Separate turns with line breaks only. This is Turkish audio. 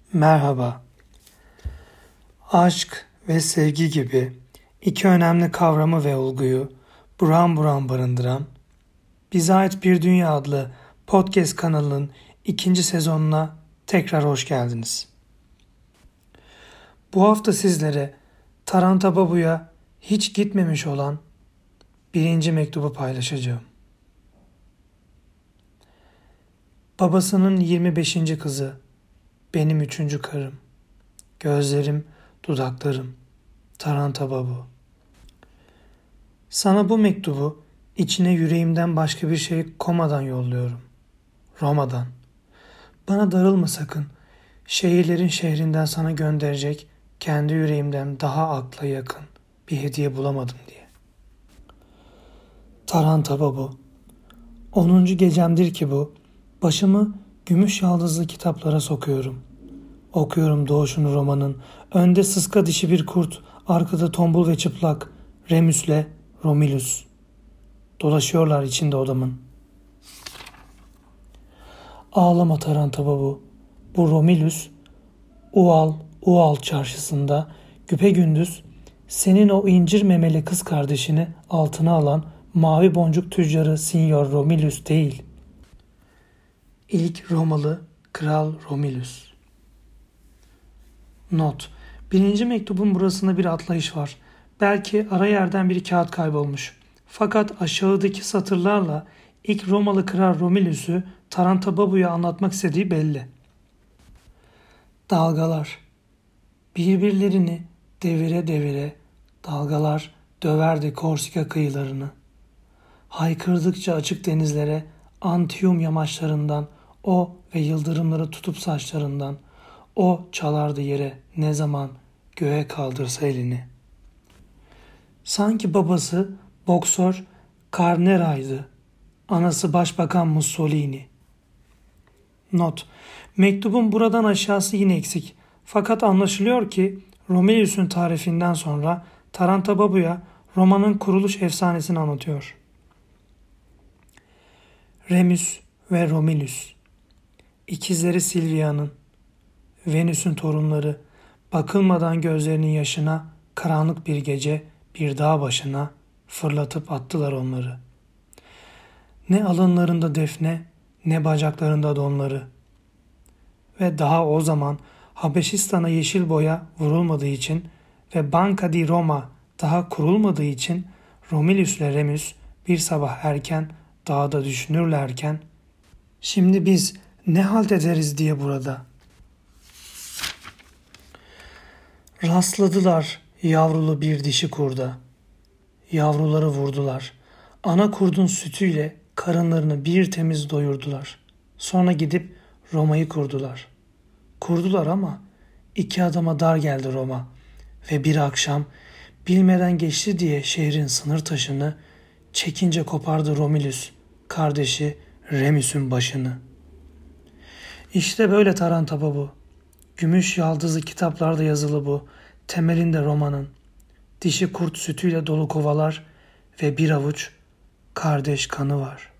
Merhaba. Aşk ve sevgi gibi iki önemli kavramı ve olguyu buram buram barındıran Bize Ait Bir Dünya adlı podcast kanalının ikinci sezonuna tekrar hoş geldiniz. Bu hafta sizlere Taranta Babu'ya hiç gitmemiş olan birinci mektubu paylaşacağım. Babasının 25. kızı, benim 3. karım, gözlerim, dudaklarım, Taranta Babu. Sana bu mektubu içine yüreğimden başka bir şey komadan yolluyorum. Roma'dan. Bana darılma sakın. Şehirlerin şehrinden sana gönderecek kendi yüreğimden daha akla yakın bir hediye bulamadım diye. Taranta Babu. 10. gecemdir ki bu. Başımı gümüş yaldızlı kitaplara sokuyorum. Okuyorum doğuşunu romanın. Önde sıska dişi bir kurt, arkada tombul ve çıplak Remus'le Romulus. Dolaşıyorlar içinde odamın. Ağlama Taranta Babu. Bu Romulus, Ual çarşısında güpegündüz senin o incir memeli kız kardeşini altına alan mavi boncuk tüccarı Signor Romulus değil. İlk Romalı Kral Romulus. Not. 1. mektubun burasında bir atlayış var. Belki ara yerden bir kağıt kaybolmuş. Fakat aşağıdaki satırlarla ilk Romalı Kral Romulus'u Taranta Babu'ya anlatmak istediği belli. Dalgalar. Birbirlerini devire devire dalgalar döverdi Korsika kıyılarını. Haykırdıkça açık denizlere Antium yamaçlarından o ve yıldırımları tutup saçlarından o çalardı yere ne zaman göğe kaldırsa elini. Sanki babası boksör Carnera'ydı. Anası Başbakan Mussolini. Not. Mektubun buradan aşağısı yine eksik. Fakat anlaşılıyor ki Romulus'un tarifinden sonra Taranta Babu'ya romanın kuruluş efsanesini anlatıyor. Remus ve Romulus. İkizleri Silvia'nın, Venüs'ün torunları, bakılmadan gözlerinin yaşına karanlık bir gece bir dağ başına fırlatıp attılar onları. Ne alınlarında defne, ne bacaklarında donları. Ve daha o zaman Habeşistan'a yeşil boya vurulmadığı için ve Banca di Roma daha kurulmadığı için Romulus ile Remus bir sabah erken dağda düşünürlerken şimdi biz ne halt ederiz diye burada. Rastladılar yavrulu bir dişi kurda. Yavruları vurdular. Ana kurdun sütüyle karınlarını bir temiz doyurdular. Sonra gidip Roma'yı kurdular. Kurdular ama 2 adama dar geldi Roma. Ve bir akşam bilmeden geçti diye şehrin sınır taşını çekince kopardı Romulus, kardeşi Remus'un başını. İşte böyle Taranta Babu. Gümüş yaldızlı kitaplarda yazılı bu. Temelinde romanın. Dişi kurt sütüyle dolu kovalar ve bir avuç kardeş kanı var.